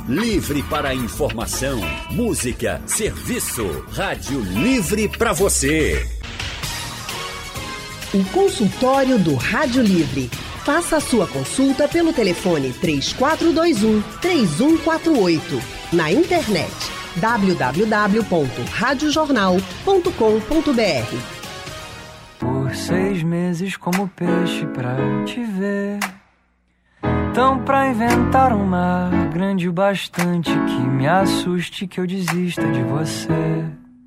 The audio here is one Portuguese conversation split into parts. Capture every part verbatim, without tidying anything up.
Livre para informação, música, serviço. Rádio Livre para você. O consultório do Rádio Livre. Faça a sua consulta pelo telefone três quatro dois um, três um quatro oito. Na internet w w w ponto rádio jornal ponto com ponto b r. Por seis meses como peixe pra te ver, tão pra inventar um mar grande o bastante que me assuste, que eu desista de você.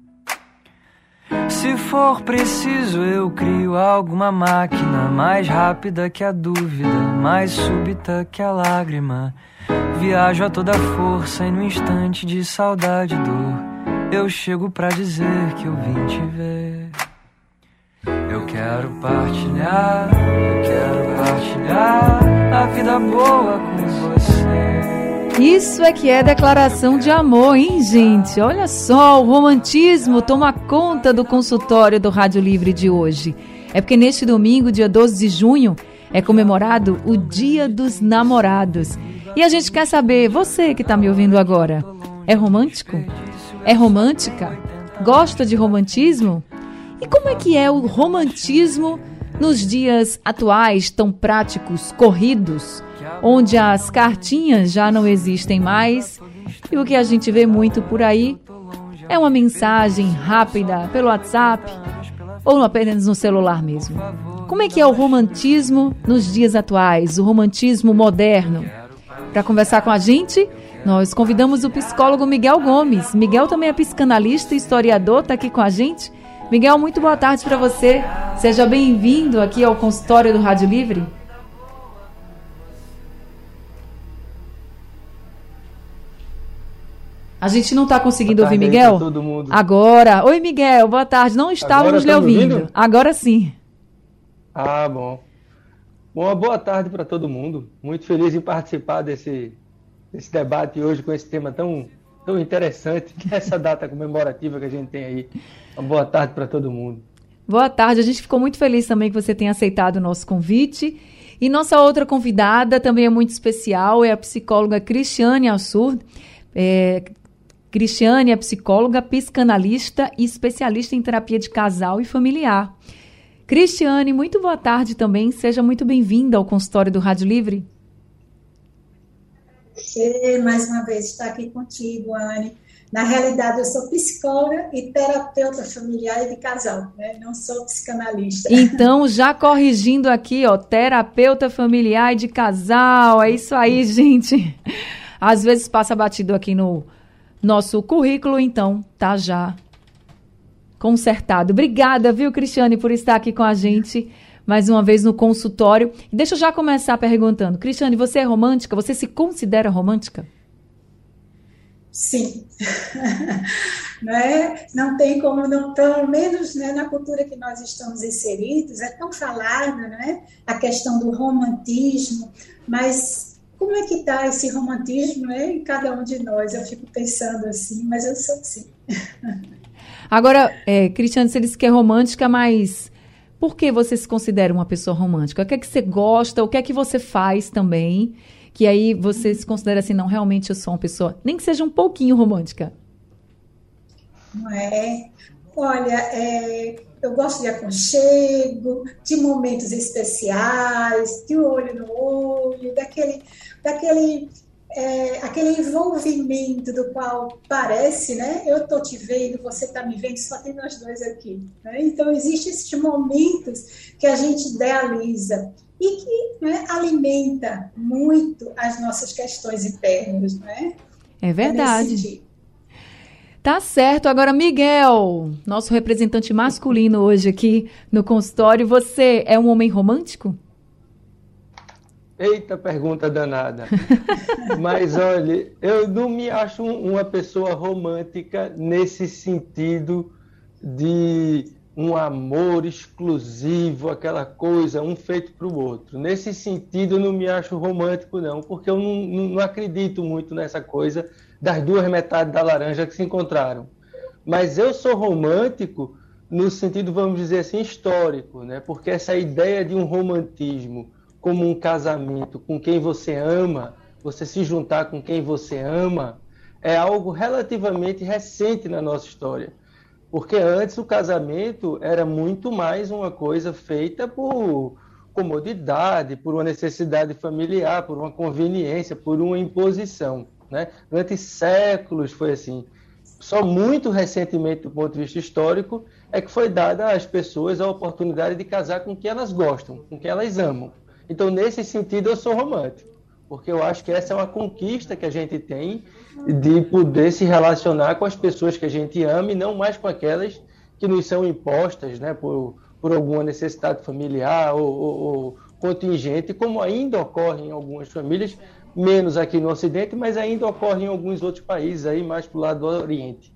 Se for preciso eu crio alguma máquina mais rápida que a dúvida, mais súbita que a lágrima. Viajo a toda força e no instante de saudade e dor eu chego pra dizer que eu vim te ver. Eu quero partilhar, eu quero partilhar a vida boa com você. Isso é que é declaração de amor, hein, gente? Olha só, o romantismo toma conta do consultório do Rádio Livre de hoje. É porque neste domingo, dia doze de junho, é comemorado o Dia dos Namorados. E a gente quer saber, você que está me ouvindo agora, é romântico? É romântica? Gosta de romantismo? E como é que é o romantismo nos dias atuais, tão práticos, corridos, onde as cartinhas já não existem mais e o que a gente vê muito por aí é uma mensagem rápida pelo WhatsApp ou apenas no celular mesmo? Como é que é o romantismo nos dias atuais, o romantismo moderno? Para conversar com a gente, nós convidamos o psicólogo Miguel Gomes. Miguel também é psicanalista e historiador, está aqui com a gente. Miguel, muito boa tarde para você. Seja bem-vindo aqui ao consultório do Rádio Livre. A gente não está conseguindo ouvir Miguel? Todo mundo. Agora. Oi, Miguel, boa tarde. Não estávamos lhe ouvindo. ouvindo. Agora sim. Ah, bom. Bom, uma boa tarde para todo mundo. Muito feliz em participar desse, desse debate hoje com esse tema tão, tão interessante, que é essa data comemorativa que a gente tem aí. Uma boa tarde para todo mundo. Boa tarde. A gente ficou muito feliz também que você tenha aceitado o nosso convite. E nossa outra convidada também é muito especial, é a psicóloga Cristiane Assur. É, Cristiane é psicóloga, psicanalista e especialista em terapia de casal e familiar. Cristiane, muito boa tarde também. Seja muito bem-vinda ao consultório do Rádio Livre. E mais uma vez estar aqui contigo, Anne. Na realidade, eu sou psicóloga e terapeuta familiar e de casal, né? Não sou psicanalista. Então, já corrigindo aqui, ó, terapeuta familiar e de casal. É isso aí, gente. Às vezes passa batido aqui no nosso currículo, então tá já consertado. Obrigada, viu, Cristiane, por estar aqui com a gente mais uma vez no consultório. E deixa eu já começar perguntando. Cristiane, você é romântica? Você se considera romântica? Sim. Não é? Não tem como, não, pelo menos, né, na cultura que nós estamos inseridos, é tão falada, né, a questão do romantismo, mas como é que está esse romantismo, né, em cada um de nós? Eu fico pensando assim, mas eu sou assim. Agora, é, Cristiane, você disse que é romântica, mas por que você se considera uma pessoa romântica? O que é que você gosta? O que é que você faz também? Que aí você se considera assim, não, realmente eu sou uma pessoa, nem que seja um pouquinho romântica. Não é? Olha, é, eu gosto de aconchego, de momentos especiais, de olho no olho, daquele, daquele é, aquele envolvimento do qual parece, né? Eu estou te vendo, você está me vendo, só tem nós dois aqui. Né? Então, existem esses momentos que a gente idealiza e que, né, alimenta muito as nossas questões internas. Né? É verdade. Tá certo. Agora, Miguel, nosso representante masculino hoje aqui no consultório, você é um homem romântico? Eita, pergunta danada. Mas, olha, eu não me acho uma pessoa romântica nesse sentido de um amor exclusivo, aquela coisa, um feito para o outro. Nesse sentido, eu não me acho romântico, não, porque eu não, não, não acredito muito nessa coisa das duas metades da laranja que se encontraram. Mas eu sou romântico no sentido, vamos dizer assim, histórico, né? Porque essa ideia de um romantismo como um casamento com quem você ama, você se juntar com quem você ama, é algo relativamente recente na nossa história. Porque antes o casamento era muito mais uma coisa feita por comodidade, por uma necessidade familiar, por uma conveniência, por uma imposição, né? Durante séculos foi assim. Só muito recentemente, do ponto de vista histórico, é que foi dada às pessoas a oportunidade de casar com quem elas gostam, com quem elas amam. Então, nesse sentido, eu sou romântico, porque eu acho que essa é uma conquista que a gente tem de poder se relacionar com as pessoas que a gente ama e não mais com aquelas que nos são impostas, né, por, por alguma necessidade familiar ou, ou, ou contingente, como ainda ocorre em algumas famílias, menos aqui no Ocidente, mas ainda ocorre em alguns outros países, aí mais para o lado do Oriente.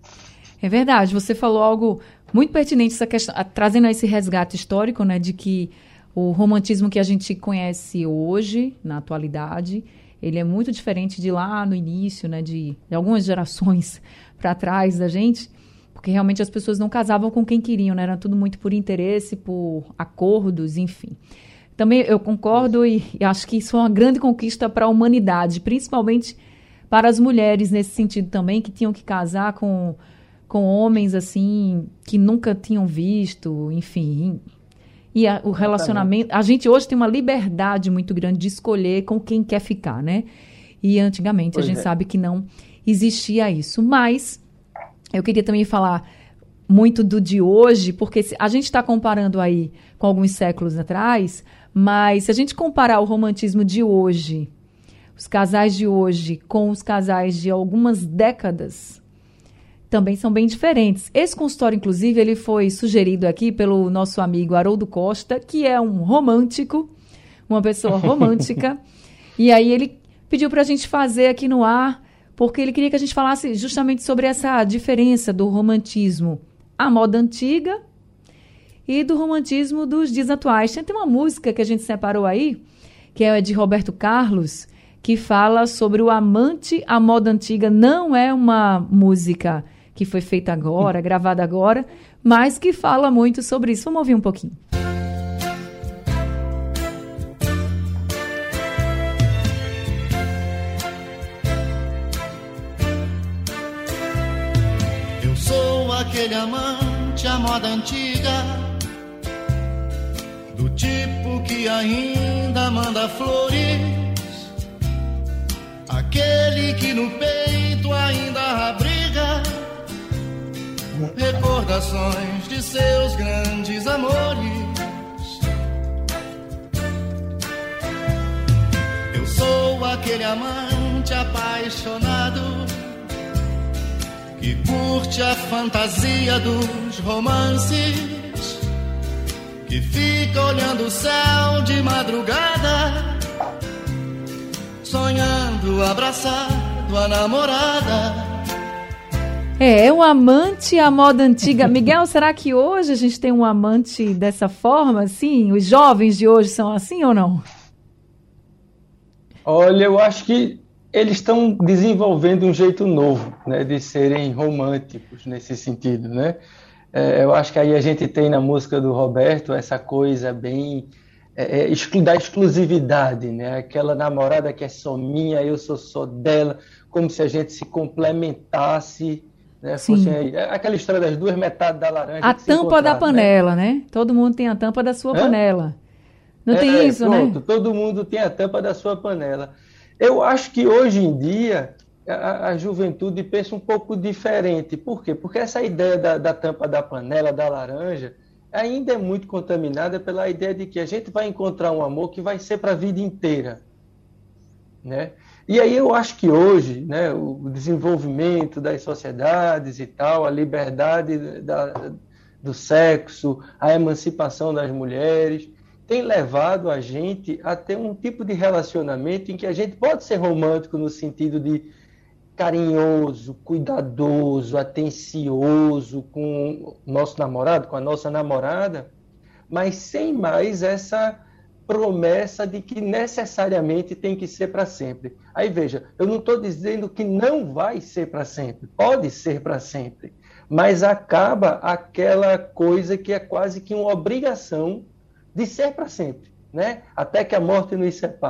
É verdade, você falou algo muito pertinente, essa questão, trazendo esse resgate histórico, né, de que o romantismo que a gente conhece hoje, na atualidade, ele é muito diferente de lá no início, né, de, de algumas gerações para trás da gente, porque realmente as pessoas não casavam com quem queriam, né, era tudo muito por interesse, por acordos, enfim. Também eu concordo e, e acho que isso é uma grande conquista para a humanidade, principalmente para as mulheres nesse sentido também, que tinham que casar com, com homens assim, que nunca tinham visto, enfim. E a, o relacionamento... A gente hoje tem uma liberdade muito grande de escolher com quem quer ficar, né? E antigamente pois a gente é. sabe que não existia isso. Mas eu queria também falar muito do de hoje, porque a gente está comparando aí com alguns séculos atrás, mas se a gente comparar o romantismo de hoje, os casais de hoje, com os casais de algumas décadas, também são bem diferentes. Esse consultório, inclusive, ele foi sugerido aqui pelo nosso amigo Haroldo Costa, que é um romântico, uma pessoa romântica, e aí ele pediu para a gente fazer aqui no ar, porque ele queria que a gente falasse justamente sobre essa diferença do romantismo à moda antiga e do romantismo dos dias atuais. Tem uma música que a gente separou aí, que é de Roberto Carlos, que fala sobre o amante à moda antiga. Não é uma música que foi feita agora, gravada agora, mas que fala muito sobre isso. Vamos ouvir um pouquinho. Eu sou aquele amante à moda antiga, do tipo que ainda manda flores, aquele que no peito ainda abriga recordações de seus grandes amores. Eu sou aquele amante apaixonado que curte a fantasia dos romances, que fica olhando o céu de madrugada, sonhando abraçado a namorada. É, um amante à moda antiga. Miguel, será que hoje a gente tem um amante dessa forma, assim? Os jovens de hoje são assim ou não? Olha, eu acho que eles estão desenvolvendo um jeito novo, né, de serem românticos nesse sentido, né? É, eu acho que aí a gente tem na música do Roberto essa coisa bem é, exclu- da exclusividade, né? Aquela namorada que é só minha, eu sou só dela, como se a gente se complementasse, né? Fosse aí, aquela história das duas metades da laranja. A tampa da panela, né? né? Todo mundo tem a tampa da sua Hã? panela. Não é, tem isso, pronto, né? Todo mundo tem a tampa da sua panela. Eu acho que hoje em dia a, a juventude pensa um pouco diferente. Por quê? Porque essa ideia da, da tampa da panela, da laranja, ainda é muito contaminada pela ideia de que a gente vai encontrar um amor que vai ser para a vida inteira, né? E aí eu acho que hoje, né, o desenvolvimento das sociedades e tal, a liberdade da, do sexo, a emancipação das mulheres, tem levado a gente a ter um tipo de relacionamento em que a gente pode ser romântico no sentido de carinhoso, cuidadoso, atencioso com o nosso namorado, com a nossa namorada, mas sem mais essa promessa de que necessariamente tem que ser para sempre. Aí veja, eu não estou dizendo que não vai ser para sempre, pode ser para sempre, mas acaba aquela coisa que é quase que uma obrigação de ser para sempre, né? Até que a morte nos separe.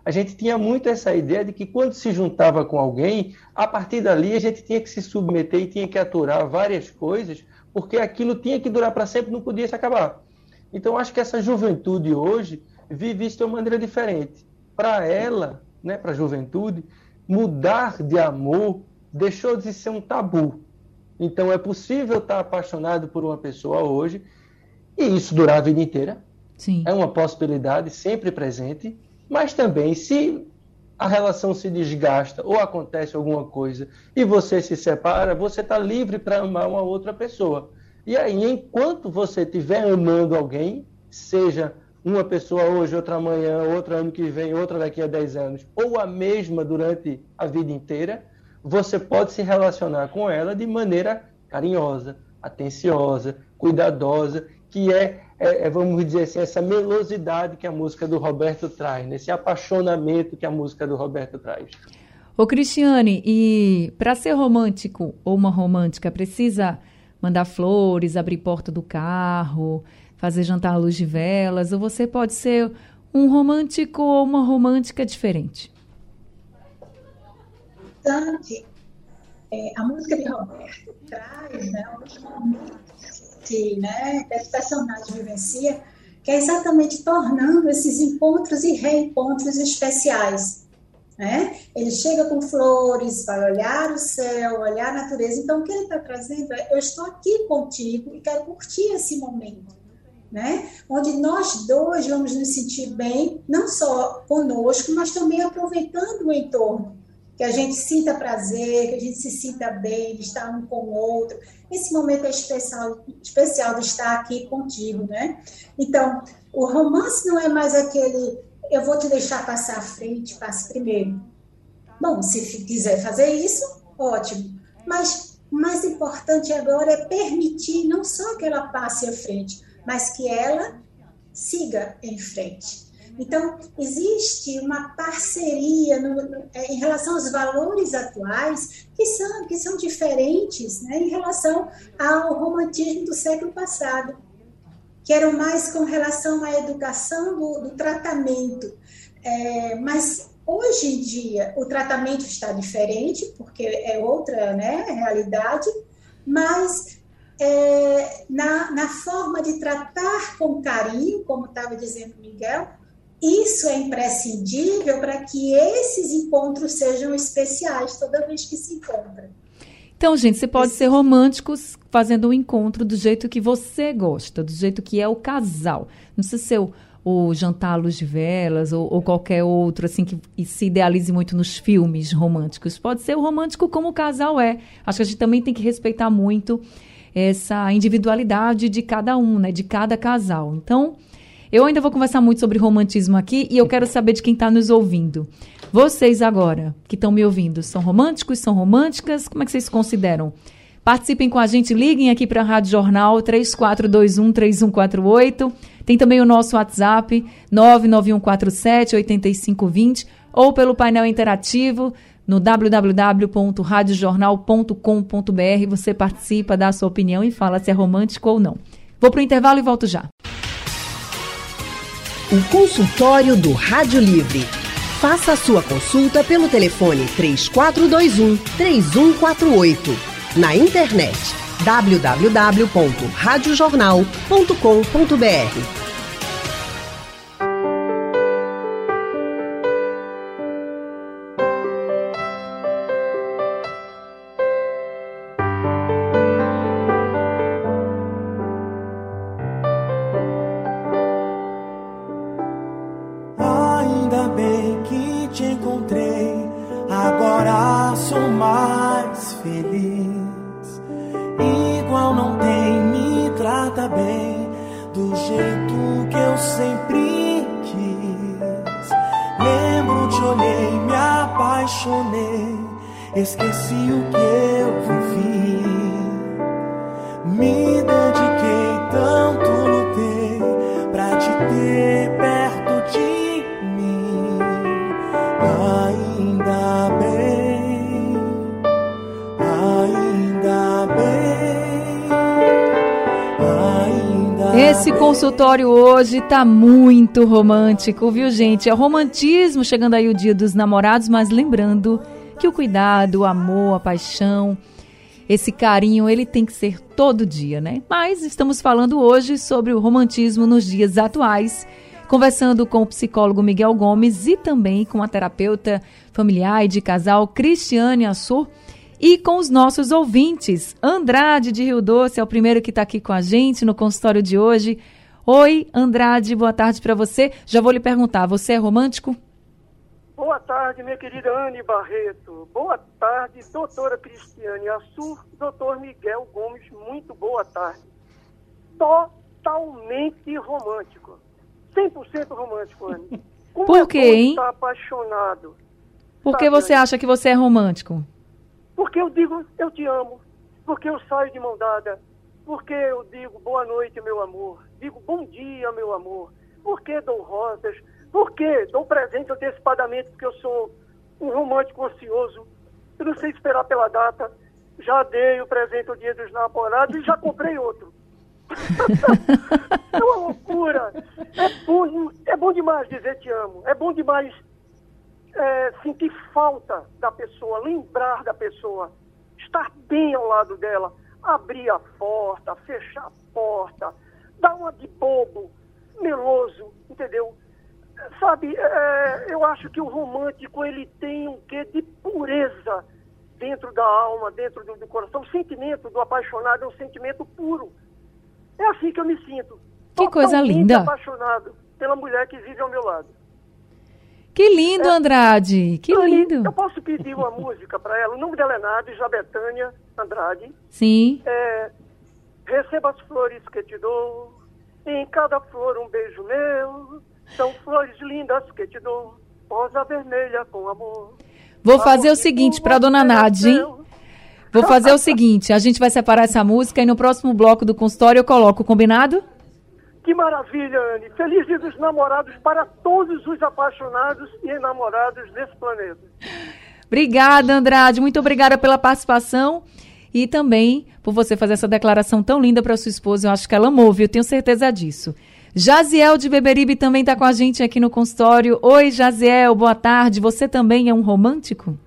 a gente tinha muito essa ideia de que quando se juntava com alguém, a partir dali a gente tinha que se submeter e tinha que aturar várias coisas, porque aquilo tinha que durar para sempre, não podia se acabar. Então, acho que essa juventude hoje vive isso de uma maneira diferente. Para ela, né, para a juventude, mudar de amor deixou de ser um tabu. Então, é possível estar apaixonado por uma pessoa hoje e isso durar a vida inteira. Sim. É uma possibilidade sempre presente, mas também se a relação se desgasta ou acontece alguma coisa e você se separa, você está livre para amar uma outra pessoa. E aí, enquanto você estiver amando alguém, seja uma pessoa hoje, outra amanhã, outra ano que vem, outra daqui a dez anos, ou a mesma durante a vida inteira, você pode se relacionar com ela de maneira carinhosa, atenciosa, cuidadosa, que é, é, é, vamos dizer assim, essa melosidade que a música do Roberto traz, esse apaixonamento que a música do Roberto traz. Ô Cristiane, e para ser romântico ou uma romântica, precisa mandar flores, abrir porta do carro, fazer jantar à luz de velas, ou você pode ser um romântico ou uma romântica diferente? Dante, é, a música de Roberto traz, né, os momentos que, né, esse personagem vivencia, que é exatamente tornando esses encontros e reencontros especiais. Né? Ele chega com flores, vai olhar o céu, olhar a natureza. Então, o que ele está trazendo é: eu estou aqui contigo e quero curtir esse momento. Né? Onde nós dois vamos nos sentir bem, não só conosco, mas também aproveitando o entorno. Que a gente sinta prazer, que a gente se sinta bem de estar um com o outro. Esse momento é especial, especial de estar aqui contigo, né? Então, o romance não é mais aquele: eu vou te deixar passar à frente, passe primeiro. Bom, se quiser fazer isso, ótimo. Mas o mais importante agora é permitir não só que ela passe à frente, mas que ela siga em frente. Então, existe uma parceria no, no, em relação aos valores atuais que são, que são diferentes, né, em relação ao romantismo do século passado, que eram mais com relação à educação do, do tratamento. É, mas, hoje em dia, o tratamento está diferente, porque é outra, né, realidade, mas é, na, na forma de tratar com carinho, como estava dizendo Miguel, isso é imprescindível para que esses encontros sejam especiais toda vez que se encontram. Então, gente, você pode Esse... ser romântico fazendo um encontro do jeito que você gosta, do jeito que é o casal. Não precisa ser o, o jantar à luz de velas ou, ou qualquer outro, assim, que se idealize muito nos filmes românticos. Pode ser o romântico como o casal é. Acho que a gente também tem que respeitar muito essa individualidade de cada um, né, de cada casal. Então, eu ainda vou conversar muito sobre romantismo aqui e eu quero saber de quem está nos ouvindo. Vocês agora, que estão me ouvindo, são românticos, são românticas? Como é que vocês se consideram? Participem com a gente, liguem aqui para a Rádio Jornal três quatro dois um, três um quatro oito. Tem também o nosso WhatsApp nove nove um quatro sete, oito cinco dois zero ou pelo painel interativo no w w w ponto rádio jornal ponto com ponto b r. Você participa, dá a sua opinião e fala se é romântico ou não. Vou para o intervalo e volto já. O consultório do Rádio Livre. Faça a sua consulta pelo telefone três quatro dois um, três um quatro oito. Na internet w w w ponto rádio jornal ponto com ponto b r. Esqueci o que eu vivi, me dediquei, tanto lutei pra te ter perto de mim. Ainda bem, ainda bem, ainda esse consultório hoje tá muito romântico, viu, gente? É romantismo, chegando aí o Dia dos Namorados, mas lembrando que o cuidado, o amor, a paixão, esse carinho, ele tem que ser todo dia, né? Mas estamos falando hoje sobre o romantismo nos dias atuais, conversando com o psicólogo Miguel Gomes e também com a terapeuta familiar e de casal Cristiane Assur e com os nossos ouvintes. Andrade de Rio Doce é o primeiro que está aqui com a gente no consultório de hoje. Oi, Andrade, boa tarde para você. Já vou lhe perguntar, você é romântico? Boa tarde, minha querida Anne Barreto. Boa tarde, doutora Cristiane Assur, doutor Miguel Gomes, muito boa tarde. Totalmente romântico. cem por cento romântico, Anne. Como Por quê, hein? Está apaixonado. Por que você acha que você é romântico? Porque eu digo, eu te amo. Porque eu saio de mão dada. Porque eu digo, boa noite, meu amor. Digo, bom dia, meu amor. Porque dou rosas. Porque dou presente antecipadamente, porque eu sou um romântico ansioso. Eu não sei esperar pela data. Já dei o presente ao Dia dos Namorados e já comprei outro. É uma loucura. É bom, é bom demais dizer te amo. É bom demais é, sentir falta da pessoa, lembrar da pessoa, estar bem ao lado dela, abrir a porta, fechar a porta, dar uma de bobo, meloso, entendeu? Sabe, é, eu acho que o romântico, ele tem um quê de pureza dentro da alma, dentro do, do coração. O sentimento do apaixonado é um sentimento puro. É assim que eu me sinto. Que coisa linda. Apaixonado pela mulher que vive ao meu lado. Que lindo, é, Andrade. Que Anne, lindo. Eu posso pedir uma música para ela? O nome dela é Nádia Betânia Andrade. Sim. É, receba as flores que te dou. Em cada flor um beijo meu. São flores lindas que te dou. Rosa vermelha com amor. Vou fazer o seguinte para dona Nádia, hein? Vou fazer o seguinte, a gente vai separar essa música e no próximo bloco do consultório eu coloco, combinado? Que maravilha, Anne. Feliz Dia dos Namorados para todos os apaixonados e enamorados desse planeta. Obrigada, Andrade. Muito obrigada pela participação e também por você fazer essa declaração tão linda para sua esposa. Eu acho que ela amou, viu? Tenho certeza disso. Jaziel de Beberibe também está com a gente aqui no consultório. Oi, Jaziel, boa tarde. Você também é um romântico?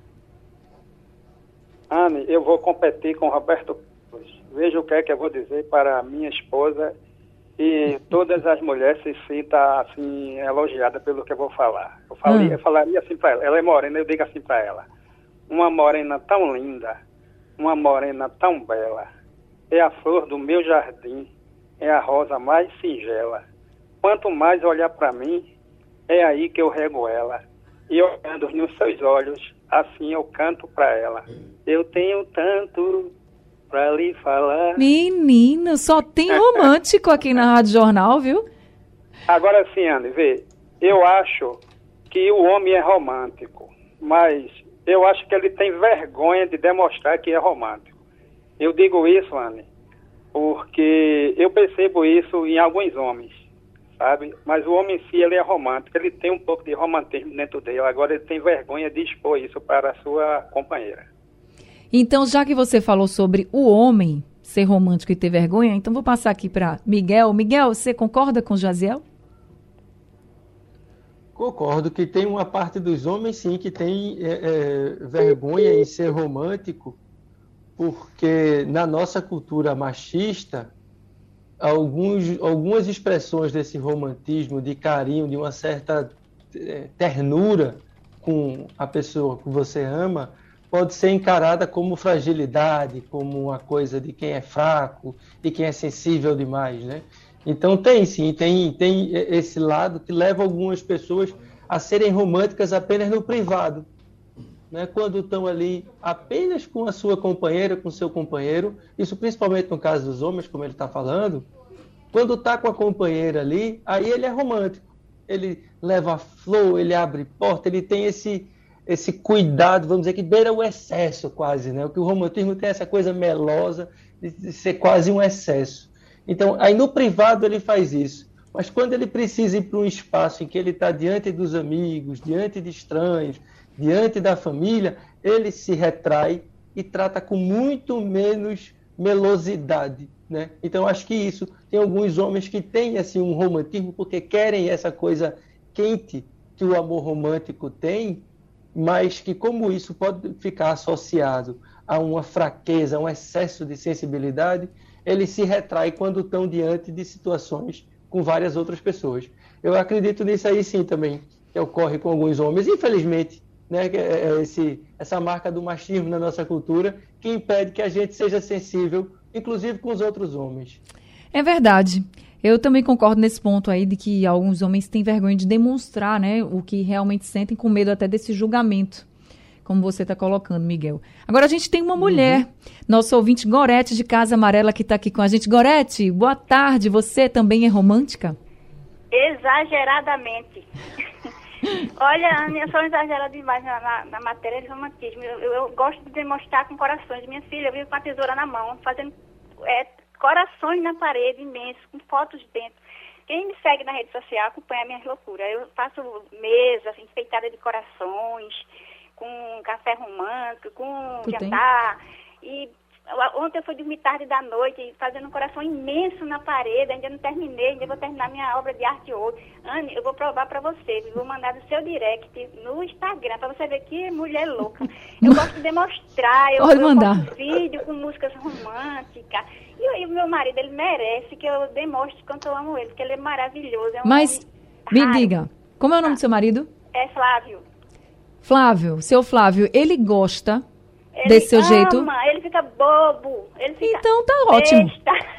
Anne, eu vou competir com o Roberto Carlos. Veja o que é que eu vou dizer para a minha esposa e todas as mulheres se sintam assim, elogiadas pelo que eu vou falar. Eu, falei, hum. eu falaria assim para ela, ela é morena, eu digo assim para ela, uma morena tão linda, uma morena tão bela, é a flor do meu jardim, é a rosa mais singela. Quanto mais olhar para mim, é aí que eu rego ela. E olhando nos seus olhos, assim eu canto para ela. Eu tenho tanto para lhe falar. Menino, só tem romântico aqui na Rádio Jornal, viu? Agora sim, Anne, vê, eu acho que o homem é romântico, mas eu acho que ele tem vergonha de demonstrar que é romântico. Eu digo isso, Anne, porque eu percebo isso em alguns homens, sabe? Mas o homem em si, ele é romântico, ele tem um pouco de romantismo dentro dele, agora ele tem vergonha de expor isso para a sua companheira. Então, já que você falou sobre o homem ser romântico e ter vergonha, então vou passar aqui para Miguel. Miguel, você concorda com o Jaziel? Concordo que tem uma parte dos homens, sim, que tem é, é, vergonha em ser romântico, porque na nossa cultura machista, alguns, algumas expressões desse romantismo, de carinho, de uma certa é, ternura com a pessoa que você ama, pode ser encarada como fragilidade, como uma coisa de quem é fraco, de quem é sensível demais, né? Então tem sim, tem, tem esse lado que leva algumas pessoas a serem românticas apenas no privado, né? Quando estão ali apenas com a sua companheira, com o seu companheiro, isso principalmente no caso dos homens, como ele está falando, quando está com a companheira ali, aí ele é romântico, ele leva a flor, ele abre porta, ele tem esse... esse cuidado, vamos dizer, que beira o excesso quase, né? Porque o romantismo tem essa coisa melosa de ser quase um excesso. Então, aí no privado ele faz isso. Mas quando ele precisa ir para um espaço em que ele está diante dos amigos, diante de estranhos, diante da família, ele se retrai e trata com muito menos melosidade né? Então, acho que isso, tem alguns homens que têm assim, um romantismo porque querem essa coisa quente que o amor romântico tem, mas que como isso pode ficar associado a uma fraqueza, a um excesso de sensibilidade, ele se retrai quando estão diante de situações com várias outras pessoas. Eu acredito nisso aí sim também, que ocorre com alguns homens, infelizmente, né, é esse, essa marca do machismo na nossa cultura, que impede que a gente seja sensível, inclusive com os outros homens. É verdade. Eu também concordo nesse ponto aí de que alguns homens têm vergonha de demonstrar, né, o que realmente sentem, com medo até desse julgamento, como você está colocando, Miguel. Agora a gente tem uma mulher, uhum. nosso ouvinte Gorete de Casa Amarela, que está aqui com a gente. Gorete, boa tarde. Você também é romântica? Exageradamente. Olha, Ana, eu sou exagerada demais na, na, na matéria de romantismo. Eu, eu, eu gosto de demonstrar com corações. Minha filha vive com a tesoura na mão, fazendo é, corações na parede imensos, com fotos dentro. Quem me segue na rede social acompanha minhas loucuras. Eu faço mesas assim, enfeitada de corações, com café romântico, com tu jantar. Tem? E ontem eu fui dormir tarde da noite, fazendo um coração imenso na parede, ainda não terminei, ainda vou terminar minha obra de arte hoje. Anne, eu vou provar para você, vou mandar no seu direct, no Instagram, para você ver que mulher louca. Eu gosto de demonstrar, eu, Pode eu mandar. faço vídeo com músicas românticas. E, e o meu marido, ele merece que eu demonstre quanto eu amo ele, porque ele é maravilhoso. É um Mas, me raro. diga, como é o nome do seu marido? É Flávio. Flávio, seu Flávio, ele gosta... Ele desse seu ama, jeito? Ele fica bobo. Ele fica então tá ótimo.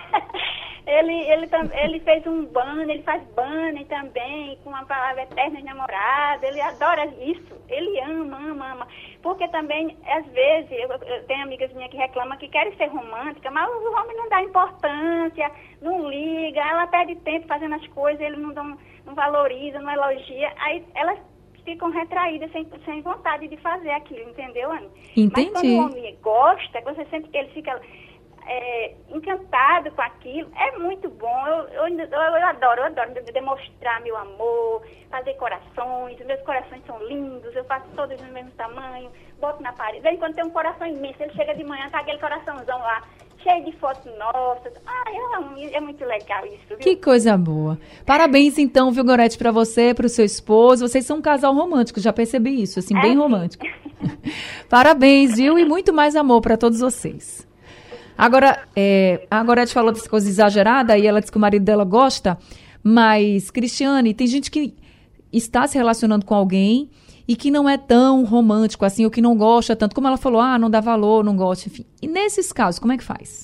ele, ele, ele fez um banner, ele faz banner também, com a palavra eterna de namorada. Ele adora isso. Ele ama, ama, ama. Porque também, às vezes, eu, eu tenho amigas minhas que reclamam que querem ser romântica, mas o homem não dá importância, não liga, ela perde tempo fazendo as coisas, ele não, não, não valoriza, não elogia. Aí elas ficam retraídas, sem, sem vontade de fazer aquilo, entendeu, Anny? Entendi. Mas quando o homem gosta, você sente que ele fica é, encantado com aquilo, é muito bom. Eu, eu, eu, eu adoro, eu adoro demonstrar meu amor, fazer corações, os meus corações são lindos, eu faço todos do mesmo tamanho, boto na parede. Vem quando tem um coração imenso, ele chega de manhã, tá aquele coraçãozão lá, cheio de fotos nossas. Ah, eu amo, é muito legal isso, viu? Que coisa boa. Parabéns, então, viu, Gorete, pra você, pro seu esposo. Vocês são um casal romântico, já percebi isso, assim, é bem sim. romântico. Parabéns, viu? E muito mais amor pra todos vocês. Agora, é, a Gorete falou dessa coisa exagerada, e ela disse que o marido dela gosta, mas, Cristiane, tem gente que está se relacionando com alguém e que não é tão romântico assim, ou que não gosta tanto, como ela falou, ah, não dá valor, não gosta, enfim. E nesses casos, como é que faz?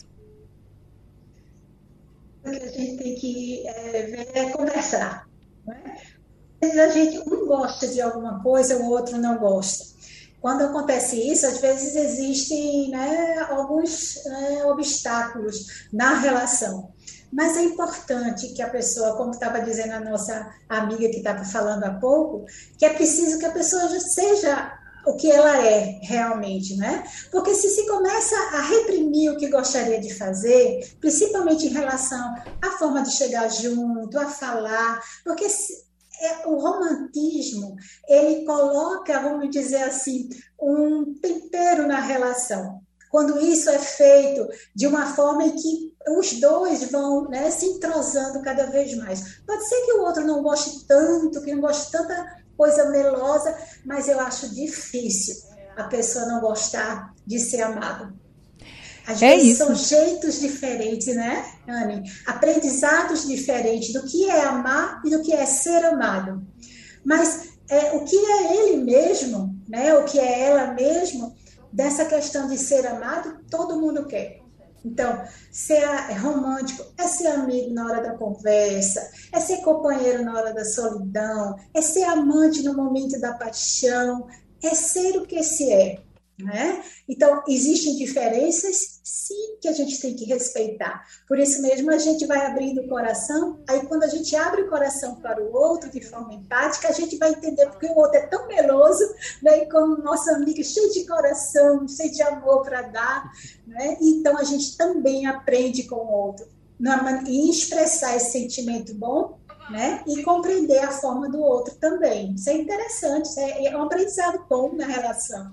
O que a gente tem que é, ver é conversar. Não é? Às vezes a gente, um gosta de alguma coisa, o outro não gosta. Quando acontece isso, às vezes existem, né, alguns né, obstáculos na relação. Mas é importante que a pessoa, como estava dizendo a nossa amiga que estava falando há pouco, que é preciso que a pessoa já seja o que ela é realmente, né? Porque se se começa a reprimir o que gostaria de fazer, principalmente em relação à forma de chegar junto, a falar, porque se, é, o romantismo, ele coloca, vamos dizer assim, um tempero na relação. Quando isso é feito de uma forma em que os dois vão, né, se entrosando cada vez mais. Pode ser que o outro não goste tanto, que não goste tanta coisa melosa, mas eu acho difícil a pessoa não gostar de ser amada. Às é vezes isso. São jeitos diferentes, né, Anny? Aprendizados diferentes do que é amar e do que é ser amado. Mas é, o que é ele mesmo, né, o que é ela mesmo, dessa questão de ser amado, todo mundo quer. Então, ser romântico é ser amigo na hora da conversa, é ser companheiro na hora da solidão, é ser amante no momento da paixão, é ser o que se é. Né? Então, existem diferenças, sim, que a gente tem que respeitar. Por isso mesmo, a gente vai abrindo o coração, aí quando a gente abre o coração para o outro de forma empática, a gente vai entender porque o outro é tão meloso, né? E como nossa amiga, cheio de coração, cheio de amor para dar, né? Então, a gente também aprende com o outro, em expressar esse sentimento bom, né? E compreender a forma do outro também. Isso é interessante, isso é um aprendizado bom na relação.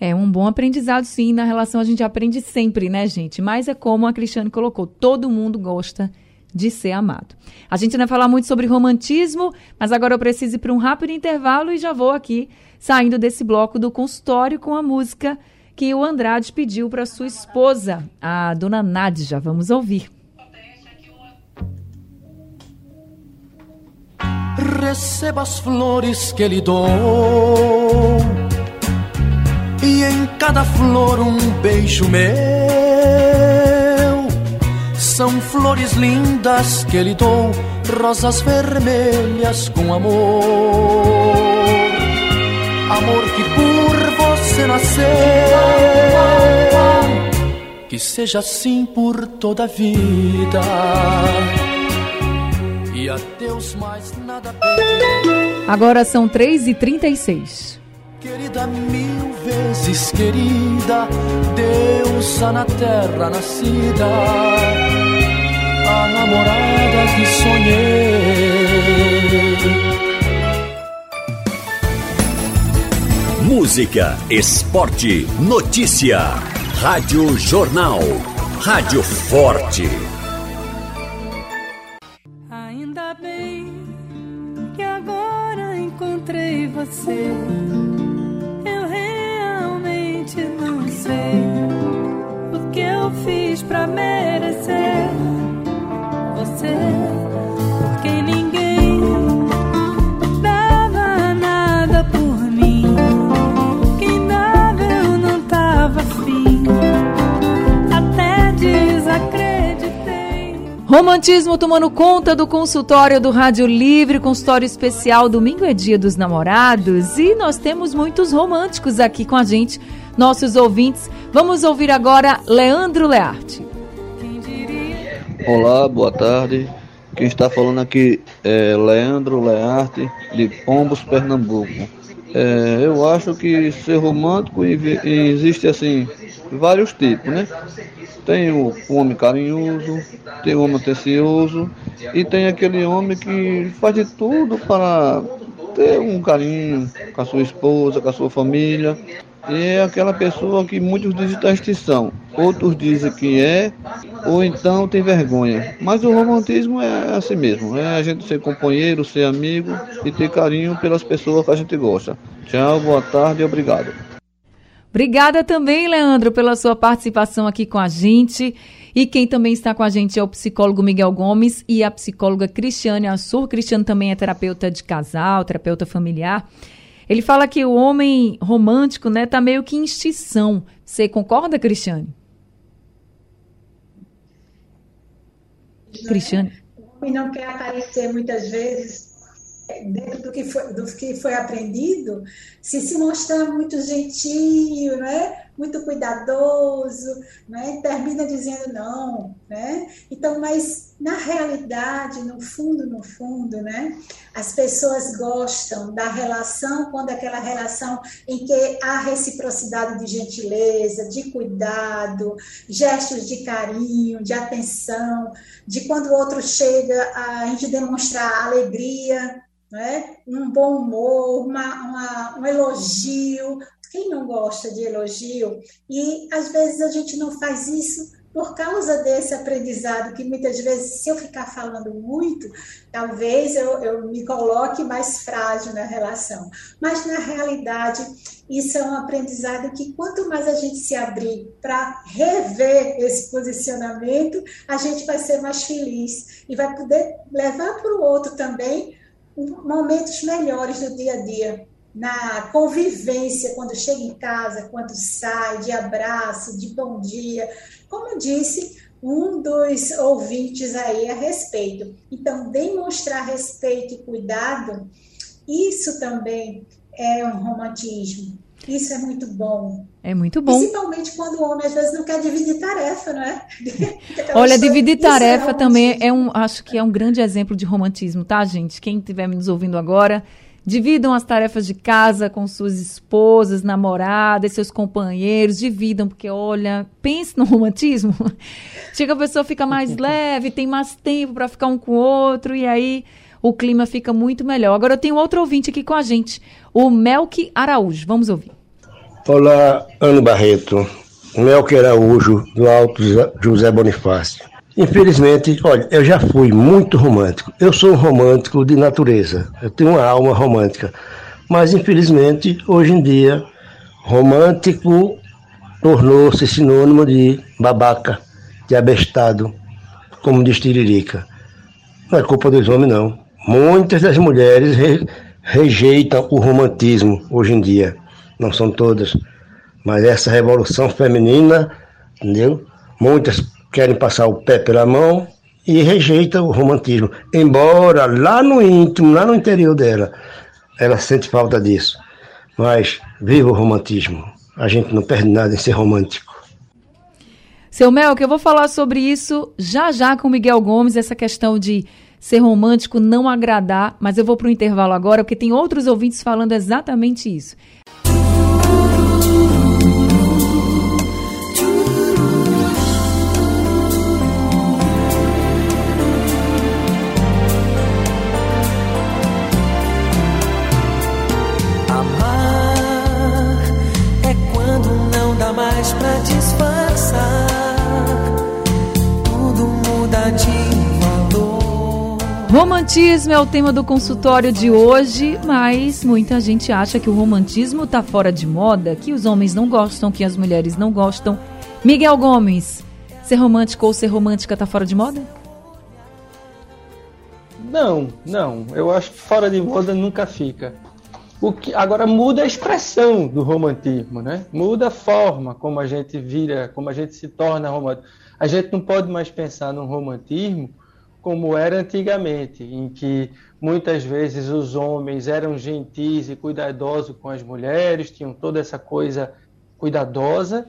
É um bom aprendizado, sim. Na relação a gente aprende sempre, né, gente? Mas é como a Cristiane colocou, todo mundo gosta de ser amado. A gente vai falar muito sobre romantismo, mas agora eu preciso ir para um rápido intervalo e já vou aqui saindo desse bloco do consultório com a música que o Andrade pediu para sua esposa, a dona Nádja. Vamos ouvir. Receba as flores que lhe dou, e em cada flor um beijo meu. São flores lindas que lhe dou, rosas vermelhas com amor. Amor que por você nasceu, que seja assim por toda a vida. E a Deus mais nada pedirei. Agora são três e trinta e seis. Querida, mil vezes querida, deusa na terra nascida, a namorada que sonhei. Música, esporte, notícia. Rádio Jornal. Rádio Forte. Ainda bem que agora encontrei você. Eu realmente não sei o que eu fiz pra merecer você, porque ninguém dava nada por mim. Quem dava eu não tava afim, até desacreditei. Romantismo tomando conta do consultório do Rádio Livre, consultório especial. Domingo é dia dos namorados e nós temos muitos românticos aqui com a gente, nossos ouvintes. Vamos ouvir agora Leandro Learte. Olá, boa tarde. Quem está falando aqui é Leandro Learte, de Pombos, Pernambuco. É, eu acho que ser romântico existe assim vários tipos, né? Tem o homem carinhoso, tem o homem atencioso e tem aquele homem que faz de tudo para ter um carinho com a sua esposa, com a sua família. E é aquela pessoa que muitos dizem da extinção, outros dizem que é, ou então tem vergonha. Mas o romantismo é assim mesmo, é a gente ser companheiro, ser amigo e ter carinho pelas pessoas que a gente gosta. Tchau, boa tarde e obrigado. Obrigada também, Leandro, pela sua participação aqui com a gente. E quem também está com a gente é o psicólogo Miguel Gomes e a psicóloga Cristiane Assur. Cristiane também é terapeuta de casal, terapeuta familiar. Ele fala que o homem romântico, né, tá meio que em extinção. Você concorda, Cristiane? Não Cristiane? É? O homem não quer aparecer muitas vezes dentro do que foi, do que foi aprendido, se se mostrar muito gentil, né? Muito cuidadoso, né? Termina dizendo não, né? Então, mas na realidade, no fundo, no fundo, né? As pessoas gostam da relação quando aquela relação em que há reciprocidade de gentileza, de cuidado, gestos de carinho, de atenção, de quando o outro chega a gente demonstrar alegria, né? Um bom humor, uma, uma, um elogio. Quem não gosta de elogio? E, às vezes, a gente não faz isso por causa desse aprendizado, que muitas vezes, se eu ficar falando muito, talvez eu, eu me coloque mais frágil na relação. Mas, na realidade, isso é um aprendizado que, quanto mais a gente se abrir para rever esse posicionamento, a gente vai ser mais feliz e vai poder levar para o outro também momentos melhores do dia a dia. Na convivência, quando chega em casa, quando sai, de abraço, de bom dia, como disse um dos ouvintes aí a respeito. Então, demonstrar respeito e cuidado, isso também é um romantismo. Isso é muito bom. É muito bom. Principalmente quando o homem, às vezes, não quer dividir tarefa, não é? Olha, dividir tarefa é também é um, acho que é um grande exemplo de romantismo, tá, gente? Quem estiver nos ouvindo agora, dividam as tarefas de casa com suas esposas, namoradas, seus companheiros, dividam, porque, olha, pense no romantismo. Chega a pessoa fica mais leve, tem mais tempo para ficar um com o outro, e aí o clima fica muito melhor. Agora eu tenho outro ouvinte aqui com a gente, o Melqui Araújo. Vamos ouvir. Olá, Ana Barreto, Melque Araújo, do Alto José Bonifácio. Infelizmente, olha, eu já fui muito romântico. Eu sou um romântico de natureza, eu tenho uma alma romântica. Mas, infelizmente, hoje em dia, romântico tornou-se sinônimo de babaca, de abestado, como diz Tiririca. Não é culpa dos homens, não. Muitas das mulheres re- rejeitam o romantismo hoje em dia. Não são todas. Mas essa revolução feminina, entendeu? Muitas querem passar o pé pela mão e rejeitam o romantismo. Embora lá no íntimo, lá no interior dela, ela sente falta disso. Mas viva o romantismo. A gente não perde nada em ser romântico. Seu Melque, eu vou falar sobre isso já já com o Miguel Gomes, essa questão de ser romântico, não agradar, mas eu vou para o intervalo agora, porque tem outros ouvintes falando exatamente isso. Mais pra disfarçar, tudo muda de valor. Romantismo é o tema do consultório de hoje, mas muita gente acha que o romantismo tá fora de moda, que os homens não gostam, que as mulheres não gostam. Miguel Gomes, ser romântico ou ser romântica tá fora de moda? Não, não. Eu acho que fora de moda nunca fica. O que, agora muda a expressão do romantismo, né? Muda a forma como a gente vira, como a gente se torna romântico. A gente não pode mais pensar no romantismo como era antigamente, em que muitas vezes os homens eram gentis e cuidadosos com as mulheres, tinham toda essa coisa cuidadosa,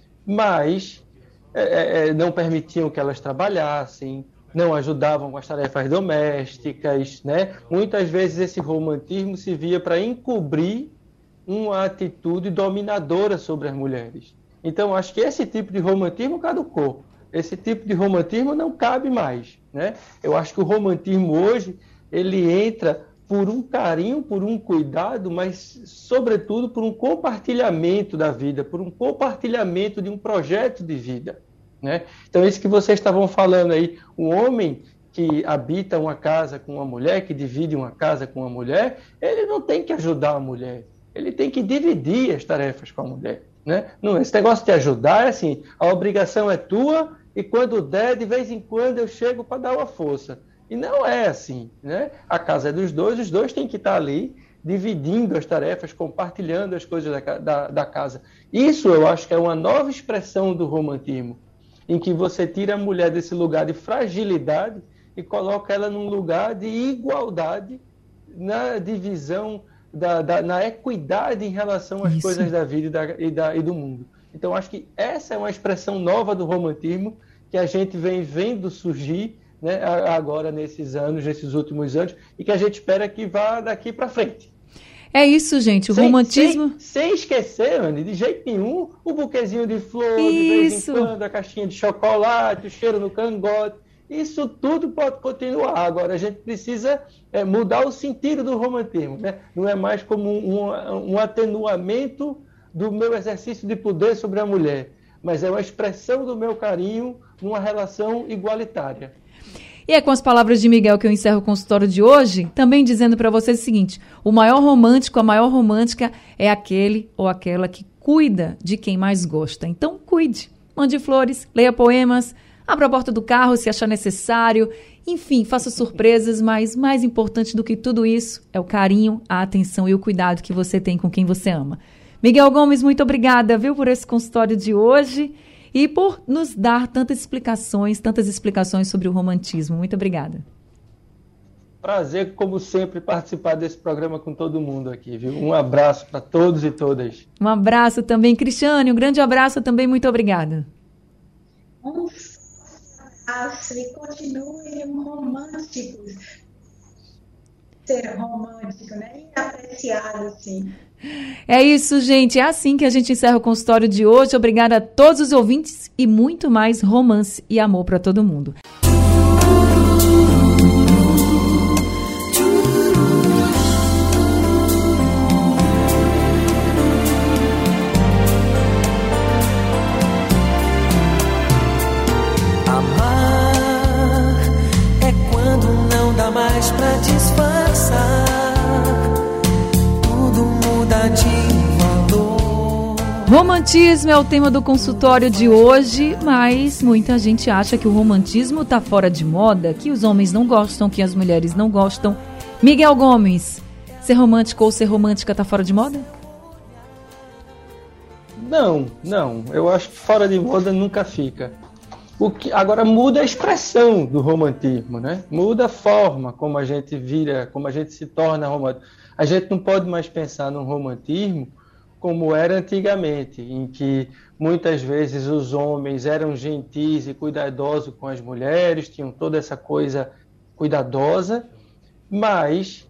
mas é, é, não permitiam que elas trabalhassem, não ajudavam com as tarefas domésticas, né? Muitas vezes esse romantismo se via para encobrir uma atitude dominadora sobre as mulheres. Então, acho que esse tipo de romantismo caducou. Esse tipo de romantismo não cabe mais, né? Eu acho que o romantismo hoje, ele entra por um carinho, por um cuidado, mas, sobretudo, por um compartilhamento da vida, por um compartilhamento de um projeto de vida. Né? Então, isso que vocês estavam falando aí, um homem que habita uma casa com uma mulher, que divide uma casa com uma mulher, ele não tem que ajudar a mulher, ele tem que dividir as tarefas com a mulher. Né? Não, esse negócio de ajudar é assim, a obrigação é tua e quando der, de vez em quando eu chego para dar uma força. E não é assim. Né? A casa é dos dois, os dois têm que estar ali, dividindo as tarefas, compartilhando as coisas da, da, da casa. Isso eu acho que é uma nova expressão do romantismo, em que você tira a mulher desse lugar de fragilidade e coloca ela num lugar de igualdade na divisão, da, da, na equidade em relação às Isso. coisas da vida e, da, e, da, e do mundo. Então, acho que essa é uma expressão nova do romantismo que a gente vem vendo surgir, né, agora nesses anos, nesses últimos anos, e que a gente espera que vá daqui para frente. É isso, gente, o sem, romantismo... Sem, sem esquecer, Anny, de jeito nenhum, o buquezinho de flor, isso. de vez em quando, a caixinha de chocolate, o cheiro no cangote, isso tudo pode continuar. Agora, a gente precisa é, mudar o sentido do romantismo, né? Não é mais como um, um, um atenuamento do meu exercício de poder sobre a mulher, mas é uma expressão do meu carinho numa relação igualitária. E é com as palavras de Miguel que eu encerro o consultório de hoje, também dizendo para vocês o seguinte: o maior romântico, a maior romântica é aquele ou aquela que cuida de quem mais gosta. Então, cuide, mande flores, leia poemas, abra a porta do carro se achar necessário, enfim, faça surpresas, mas mais importante do que tudo isso é o carinho, a atenção e o cuidado que você tem com quem você ama. Miguel Gomes, muito obrigada, viu, por esse consultório de hoje e por nos dar tantas explicações, tantas explicações sobre o romantismo. Muito obrigada. Prazer, como sempre, participar desse programa com todo mundo aqui, viu? Um abraço para todos e todas. Um abraço também, Cristiane, um grande abraço também, muito obrigada. Um abraço e continuem românticos. Ser romântico, né? E apreciado, assim. É isso, gente. É assim que a gente encerra o consultório de hoje. Obrigada a todos os ouvintes e muito mais romance e amor para todo mundo. Romantismo é o tema do consultório de hoje, mas muita gente acha que o romantismo está fora de moda, que os homens não gostam, que as mulheres não gostam. Miguel Gomes, ser romântico ou ser romântica está fora de moda? Não, não. Eu acho que fora de moda nunca fica. O que, agora muda a expressão do romantismo, né? Muda a forma como a gente vira, como a gente se torna romântico. A gente não pode mais pensar num romantismo como era antigamente, em que muitas vezes os homens eram gentis e cuidadosos com as mulheres, tinham toda essa coisa cuidadosa, mas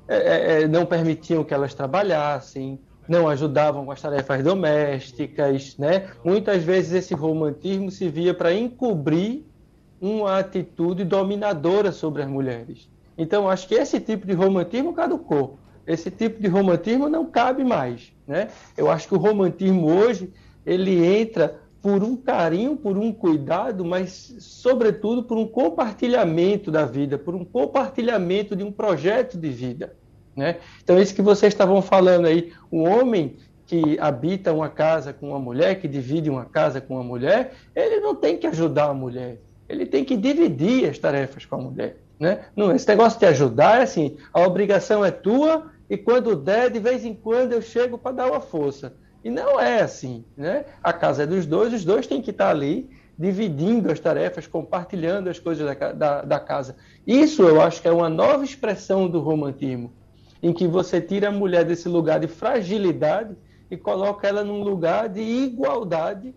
é, é, não permitiam que elas trabalhassem, não ajudavam com as tarefas domésticas, né? Muitas vezes esse romantismo se via para encobrir uma atitude dominadora sobre as mulheres. Então, acho que esse tipo de romantismo caducou. Esse tipo de romantismo não cabe mais, né? Eu acho que o romantismo hoje, ele entra por um carinho, por um cuidado, mas, sobretudo, por um compartilhamento da vida, por um compartilhamento de um projeto de vida, né? Então, isso que vocês estavam falando aí, um homem que habita uma casa com uma mulher, que divide uma casa com uma mulher, ele não tem que ajudar a mulher, ele tem que dividir as tarefas com a mulher, né? Não, esse negócio de ajudar é assim, a obrigação é tua e quando der, de vez em quando eu chego para dar uma força. E não é assim, né? A casa é dos dois, os dois têm que estar ali dividindo as tarefas, compartilhando as coisas da, da, da casa. Isso eu acho que é uma nova expressão do romantismo, em que você tira a mulher desse lugar de fragilidade e coloca ela num lugar de igualdade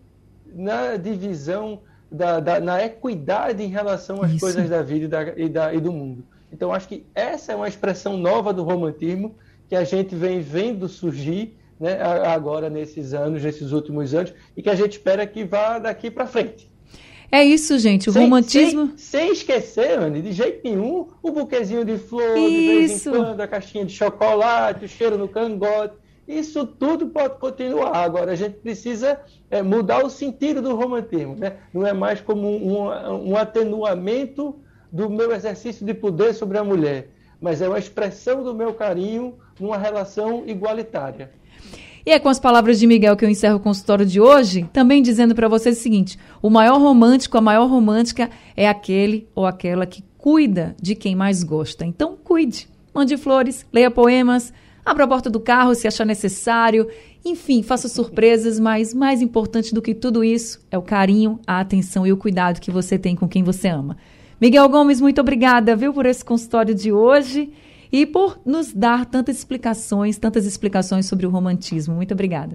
na divisão, da, da, na equidade em relação às Isso. coisas da vida e, da, e, da, e do mundo. Então, acho que essa é uma expressão nova do romantismo que a gente vem vendo surgir, né, agora nesses anos, nesses últimos anos, e que a gente espera que vá daqui para frente. É isso, gente, o sem, romantismo... Sem, sem esquecer, Anny, de jeito nenhum, o buquezinho de flor, isso. de vez em quando, a caixinha de chocolate, o cheiro no cangote, isso tudo pode continuar. Agora, a gente precisa é, mudar o sentido do romantismo, né? Não é mais como um, um, um atenuamento do meu exercício de poder sobre a mulher, mas é uma expressão do meu carinho numa relação igualitária. E é com as palavras de Miguel que eu encerro o consultório de hoje, também dizendo para vocês o seguinte: o maior romântico, a maior romântica é aquele ou aquela que cuida de quem mais gosta. Então, cuide, mande flores, leia poemas, abra a porta do carro se achar necessário, enfim, faça surpresas, mas mais importante do que tudo isso é o carinho, a atenção e o cuidado que você tem com quem você ama. Miguel Gomes, muito obrigada, viu, por esse consultório de hoje e por nos dar tantas explicações, tantas explicações sobre o romantismo. Muito obrigada.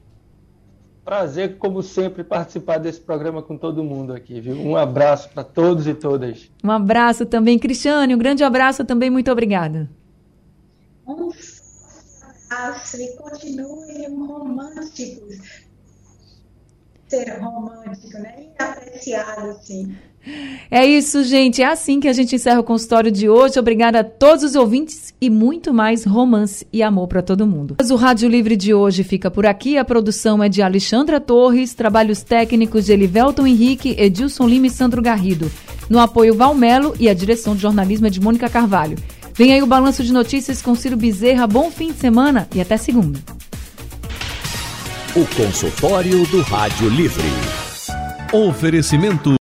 Prazer, como sempre, participar desse programa com todo mundo aqui, viu? Um abraço para todos e todas. Um abraço também, Cristiane, um grande abraço também, muito obrigada. Um abraço e continuem românticos. Ser romântico, né? E apreciado, assim. É isso, gente. É assim que a gente encerra o consultório de hoje. Obrigada a todos os ouvintes e muito mais romance e amor para todo mundo. O Rádio Livre de hoje fica por aqui. A produção é de Alexandra Torres, trabalhos técnicos de Elivelton Henrique, Edilson Lima e Sandro Garrido. No apoio Valmelo e a direção de jornalismo é de Mônica Carvalho. Vem aí o Balanço de Notícias com Ciro Bezerra. Bom fim de semana e até segunda. O consultório do Rádio Livre. Oferecimento